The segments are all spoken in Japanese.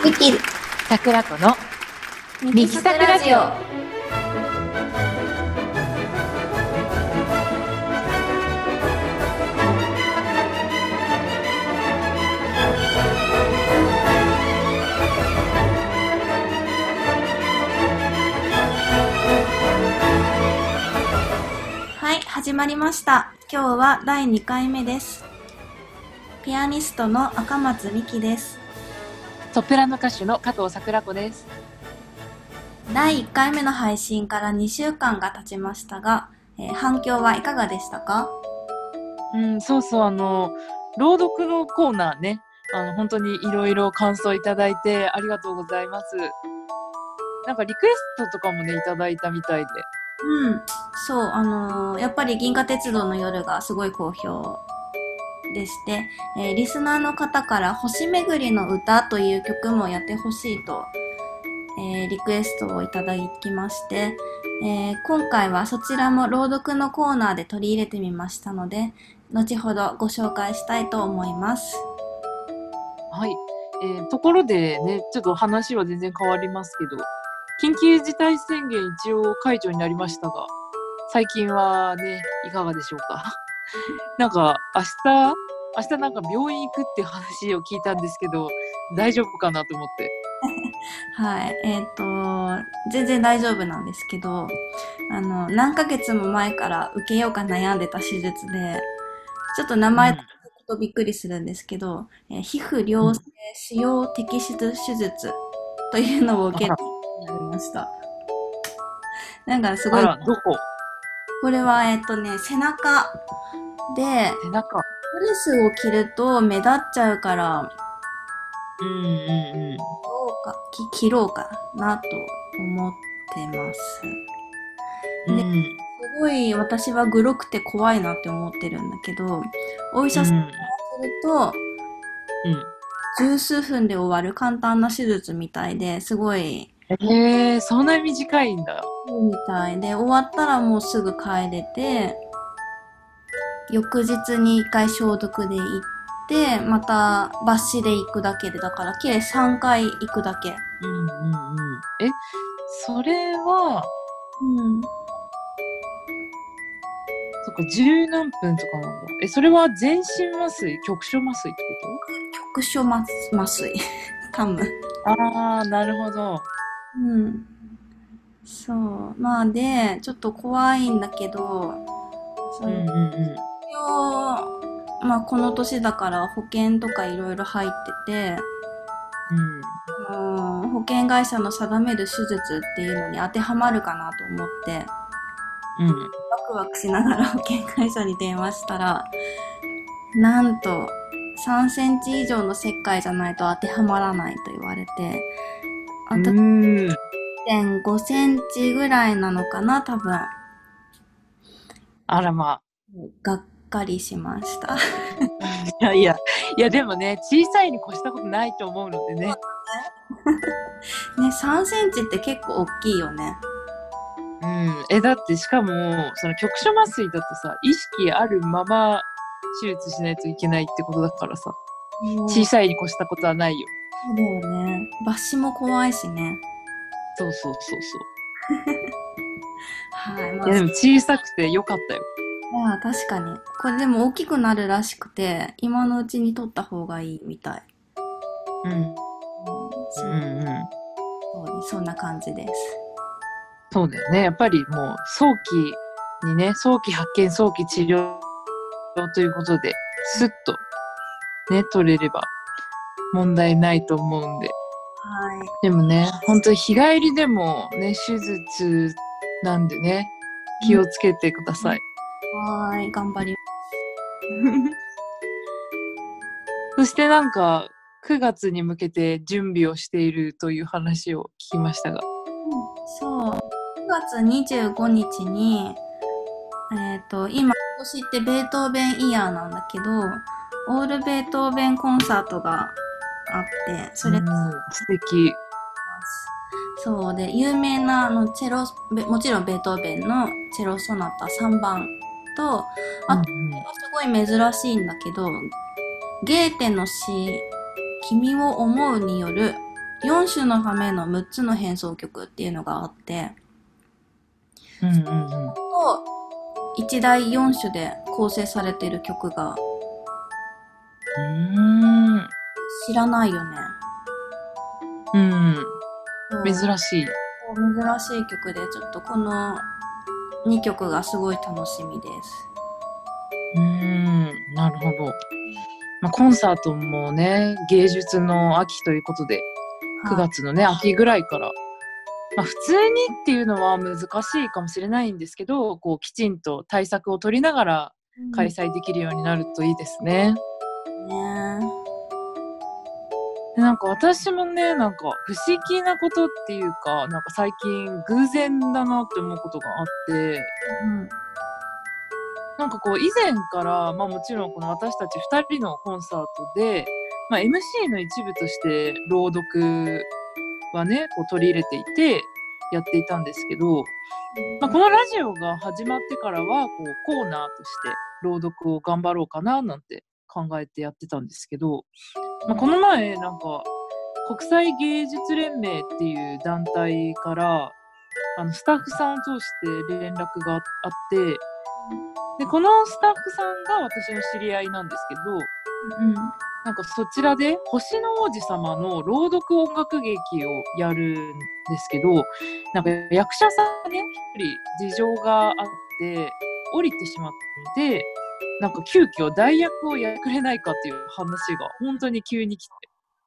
ミキ桜子のミキサクラジオ。はい、始まりました。今日は第2回目です。ピアニストの赤松美希です。 ソプラノ歌手の加藤桜子です。 第1回目の配信から2週間が経ちましたが、反響はいかがでしたか？ そうそう、朗読のコーナーね、本当にいろいろ感想いただいてありがとうございます。なんかリクエストとかもね、いただいたみたいで。 そう、やっぱり銀河鉄道の夜がすごい好評でして、リスナーの方から星めぐりの歌という曲もやってほしいと、リクエストをいただきまして、今回はそちらも朗読のコーナーで取り入れてみましたので、後ほどご紹介したいと思います。 はい、ところでね、ちょっと話は全然変わりますけど、緊急事態宣言一応解除になりましたが、最近はね、いかがでしょうか？なんか明日なんか病院行くって話を聞いたんですけど、大丈夫かなと思って。 はい、全然大丈夫なんですけど、何ヶ月も前から受けようか悩んでた手術で、ちょっと名前とびっくりするんですけど、皮膚良性腫瘍摘出手術というのを受けることになりました。なんかすごい。 どこ？ これは背中で、 背中。 ドレスを着ると目立っちゃうから、切ろうかなと思ってます。で、すごい私はグロくて怖いなって思ってるんだけど、お医者さんからすると、十数分で終わる簡単な手術みたいで、すごい。 そんなに短いんだ。 みたいで、終わったらもうすぐ帰れて、翌日に1回消毒で行って、また抜歯で行くだけで、だから計3回行くだけ。 それは、そっか、十何分とかなんだ。それは全身麻酔、局所麻酔ってこと？局所麻酔。多分。 なるほど。 そう。まあで、ちょっと怖いんだけど、まあこの年だから保険とかいろいろ入ってて、保険会社の定める手術っていうのに当てはまるかなと思って、ワクワクしながら保険会社に電話したら、なんと3センチ以上の切開じゃないと当てはまらないと言われて、あと 1.5 センチぐらいなのかな、多分。 あらまあ。 がっかりしました。 いやでもね、小さいに越したことないと思うのでね。 ね、3センチって結構大きいよね。 だってしかもその局所麻酔だとさ、意識あるまま手術しないといけないってことだからさ、小さいに越したことはないよ。 そうだよね。抜歯も怖いしね。 そう。 はい。 いやでも小さくてよかったよ。 いや確かに。これでも大きくなるらしくて、今のうちに取った方がいいみたい。そんな感じです。 そうだよね。やっぱりもう早期にね、早期発見、早期治療ということで、スッとね、取れれば問題ないと思うんで。でもね、本当に日帰りでもね、手術なんでね、気をつけてください。 頑張ります。 そしてなんか9月に向けて準備をしているという話を聞きましたが。 そう。9月25日に、今年ってベートーベンイヤーなんだけど、オールベートーベンコンサートがあって、それ、 素敵。 そうで、有名なチェロ、もちろんベートーベンのチェロソナタ3番と、あと、すごい珍しいんだけど、ゲーテの詩、君を思うによる 4種のための6つの変奏曲っていうのがあって、 うんうんうん。 と一大4種で構成されている曲が知らないよね。 うん。 そう珍しい。 珍しい曲で、ちょっとこの2曲がすごい楽しみです。 なるほど。まあ、コンサートもね、芸術の秋ということで、9月のね、秋ぐらいから、まあ、普通にっていうのは難しいかもしれないんですけど、こうきちんと対策を取りながら開催できるようになるといいですね。でなんか私もね、なんか不思議なことっていうか、なんか最近偶然だなって思うことがあって、なんかこう以前から、まあもちろんこの私たち2人のコンサートで、まあ、MC の一部として朗読はね、こう取り入れていてやっていたんですけど、まあ、このラジオが始まってからはこうコーナーとして朗読を頑張ろうかななんて考えてやってたんですけど、まあ、この前なんか国際芸術連盟っていう団体からスタッフさんを通して連絡があって、でこのスタッフさんが私の知り合いなんですけど、なんかそちらで星の王子様の朗読音楽劇をやるんですけど、なんか役者さんがね、一人事情があって降りてしまったので、なんか急遽代役をやってくれないかっていう話が本当に急に来て、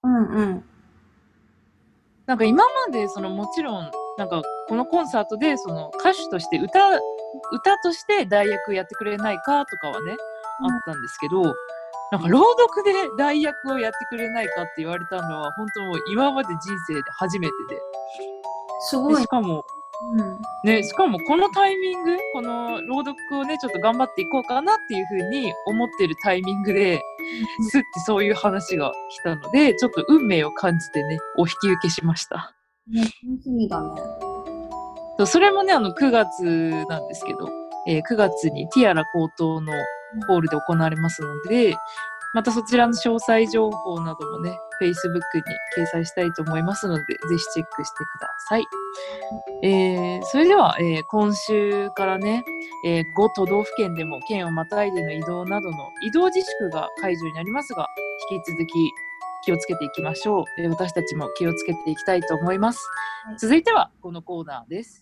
なんか今までもちろんなんかこのコンサートで歌手として歌として代役やってくれないかとかはね、あったんですけど、なんか朗読で代役をやってくれないかって言われたのは本当もう今まで人生で初めてすごい。 でしかもこのタイミング、この朗読をねちょっと頑張っていこうかなっていう風に思ってるタイミングですってそういう話が来たので、ちょっと運命を感じてねお引き受けしました。 楽しみだね。 それもね9月なんですけど、9月にティアラ高等のホールで行われますので、またそちらの詳細情報などもね Facebook に掲載したいと思いますので、ぜひチェックしてください。それでは、今週からね、5都道府県でも県をまたいでの移動などの移動自粛が解除になりますが、引き続き気をつけていきましょう。私たちも気をつけていきたいと思います。続いてはこのコーナーです。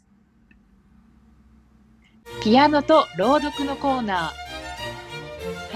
ピアノと朗読のコーナー。はい、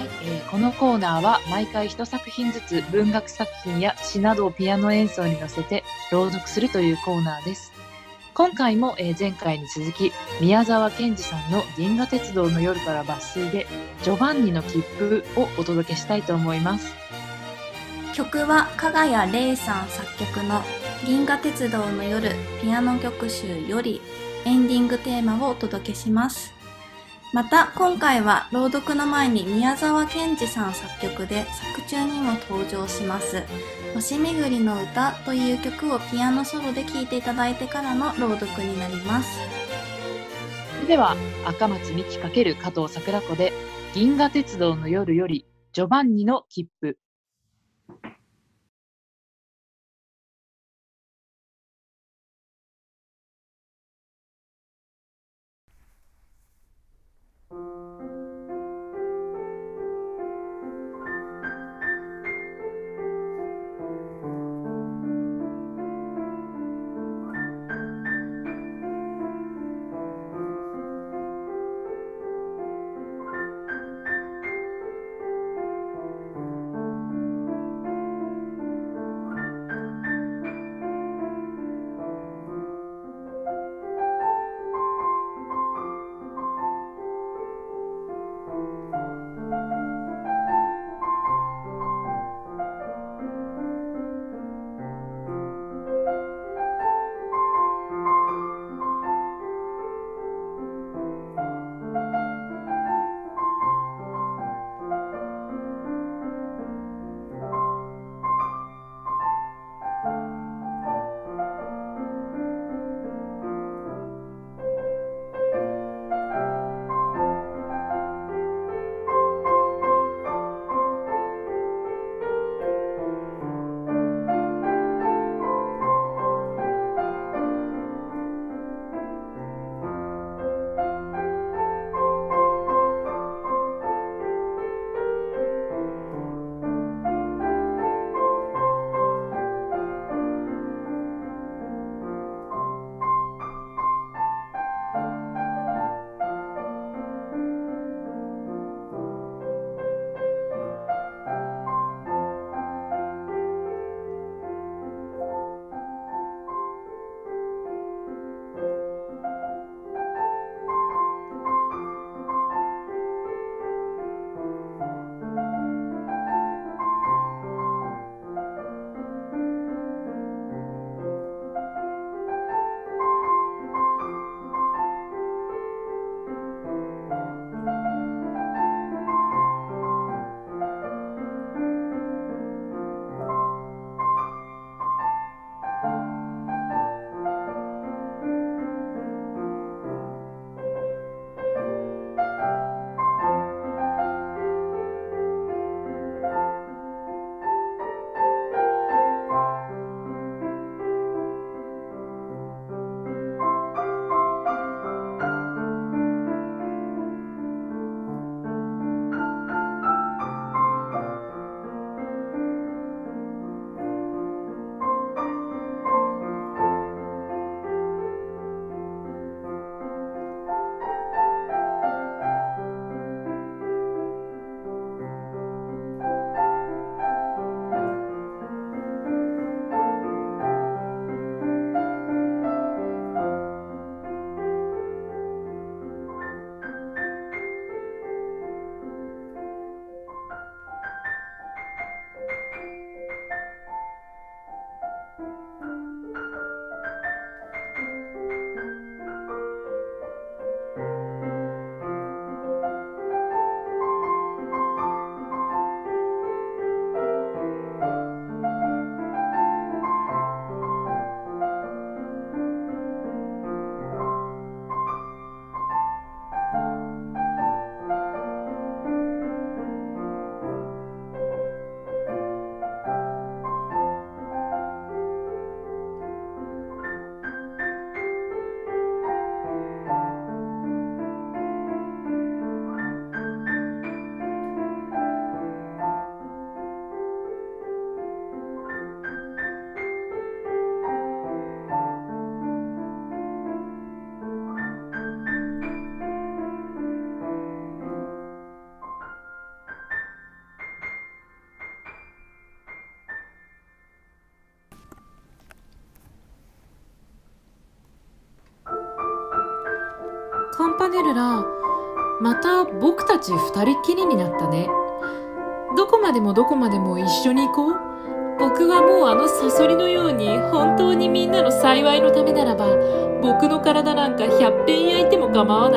このコーナーは毎回1作品ずつ文学作品や詩などをピアノ演奏に乗せて朗読するというコーナーです。今回も、前回に続き宮沢賢治さんの銀河鉄道の夜から抜粋でジョバンニの切符をお届けしたいと思います。 曲は加賀谷玲さん作曲の銀河鉄道の夜ピアノ曲集よりエンディングテーマをお届けします。また今回は朗読の前に宮沢賢治さん作曲で作中にも登場します星めぐりの歌という曲をピアノソロで聴いていただいてからの朗読になります。 それでは赤松美希×加藤桜子で銀河鉄道の夜よりジョバンニの切符。 パネルラ、また僕たち二人っきりになったね。どこまでもどこまでも一緒に行こう。僕はもうあのサソリのように本当にみんなの幸いのためならば、僕の体なんか100遍焼いても構わない。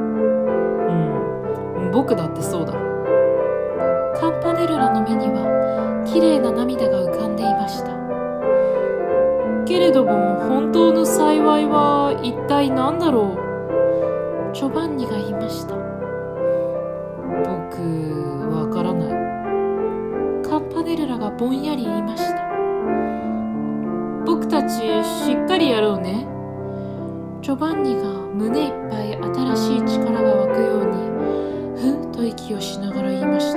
僕だってそうだ。カンパネルラの目には綺麗な涙が浮かんでいました。けれども本当の幸いは一体何だろう。ジョバンニが言いました。僕わからない。カンパネルラがぼんやり言いました。僕たちしっかりやろうね。ジョバンニが胸いっぱい新しい力が湧くようにふっと息をしながら言いました。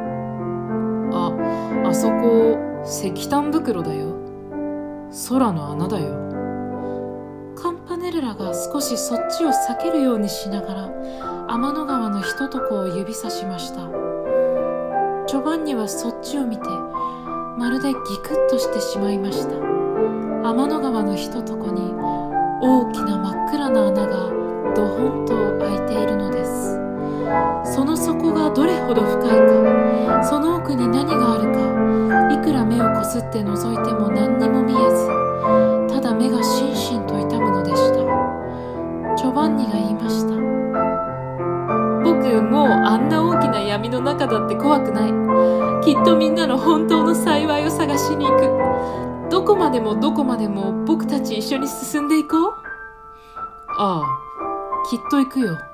あそこ石炭袋だよ。空の穴だよ。カンパネルラが少しそっちを避けるようにしながら天の川のひととこを指さしました。ジョバンニはそっちを見てまるでギクッとしてしまいました。天の川のひととこに大きな真っ暗な穴がドホンと開いているのです。その底がどれほど深いか、その奥に何があるか、いくら目をこすって覗いても何にも見えず、ただ目がしんしんと痛むのでした。ジョバンニが言いました。僕もうあんな大きな闇の中だって怖くない。きっとみんなの本当の幸いを探しに行く。どこまでもどこまでも僕たち一緒に進んでいこう。ああ、きっと行くよ。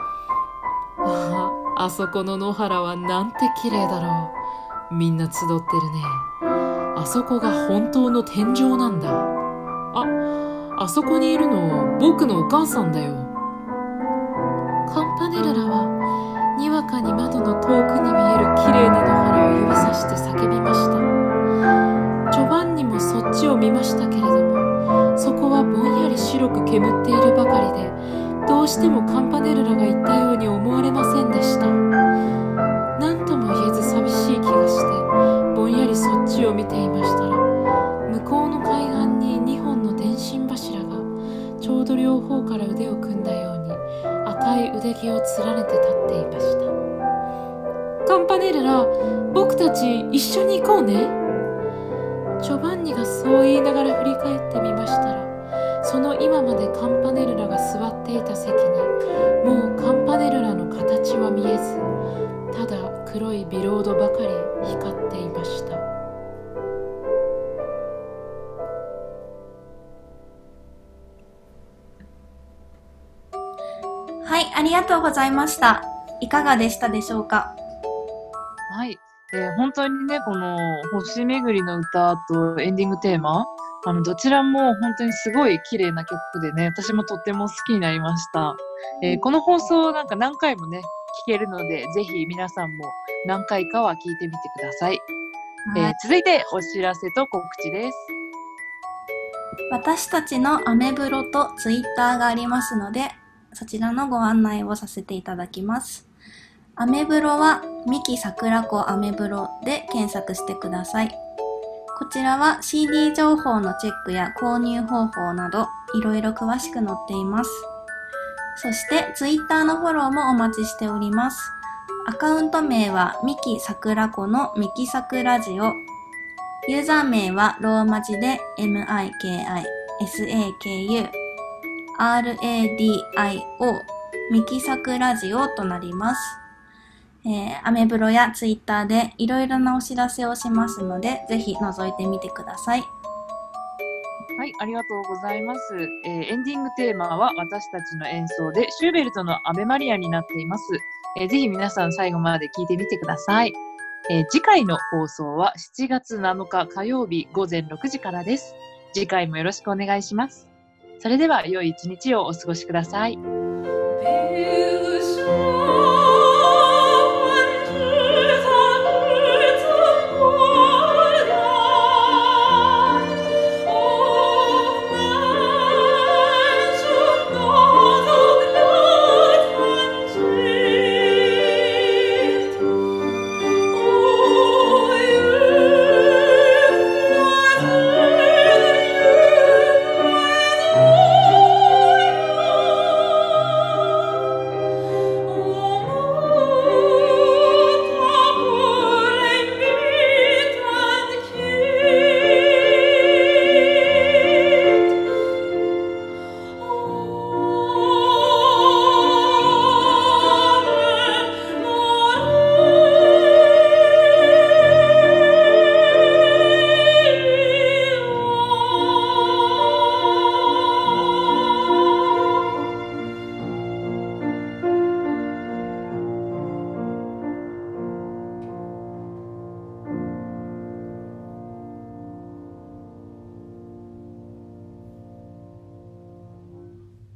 あそこの野原はなんて綺麗だろう。みんな集ってるね。あそこが本当の天井なんだ。あそこにいるの僕のお母さんだよ。カンパネルラはにわかに窓の遠くに見える綺麗な野原を指さして叫びました。ジョバンニもそっちを見ましたけれども、そこはぼんやり白く煙っているばかりで、どうしてもカンパネルラが言ったように思われませんでした。何とも言えず寂しい気がして、ぼんやりそっちを見ていましたら、向こうの海岸に2本の電信柱がちょうど両方から腕を組んだように赤い腕毛を連ねて立っていました。カンパネルラ、僕たち一緒に行こうね。ジョバンニがそう言いながら振り返ってみましたら、その今までカンパネルラが座っていた席にもうカンパネルラの形は見えず、ただ黒いビロードばかり光っていました。 はい、ありがとうございました。いかがでしたでしょうか？ はい。本当にね、この星巡りの歌とエンディングテーマ、どちらも本当にすごい綺麗な曲でね、私もとっても好きになりました。この放送なんか何回もね、聞けるので、ぜひ皆さんも何回かは聞いてみてください。続いてお知らせと告知です。 私たちのアメブロとツイッターがありますので、そちらのご案内をさせていただきます。アメブロは三木桜子アメブロで検索してください。こちらは CD 情報のチェックや購入方法などいろいろ詳しく載っています。そしてツイッターのフォローもお待ちしております。アカウント名は三木桜子のミキサクラジオ。ユーザー名はローマ字で MIKISAKU RADIO ミキサクラジオとなります。アメブロやツイッターでいろいろなお知らせをしますので、ぜひ覗いてみてください。 はい、ありがとうございます。エンディングテーマは私たちの演奏でシューベルトのアベマリアになっています。ぜひ皆さん最後まで聞いてみてください。次回の放送は7月7日火曜日午前6時からです。次回もよろしくお願いします。それでは良い一日をお過ごしください。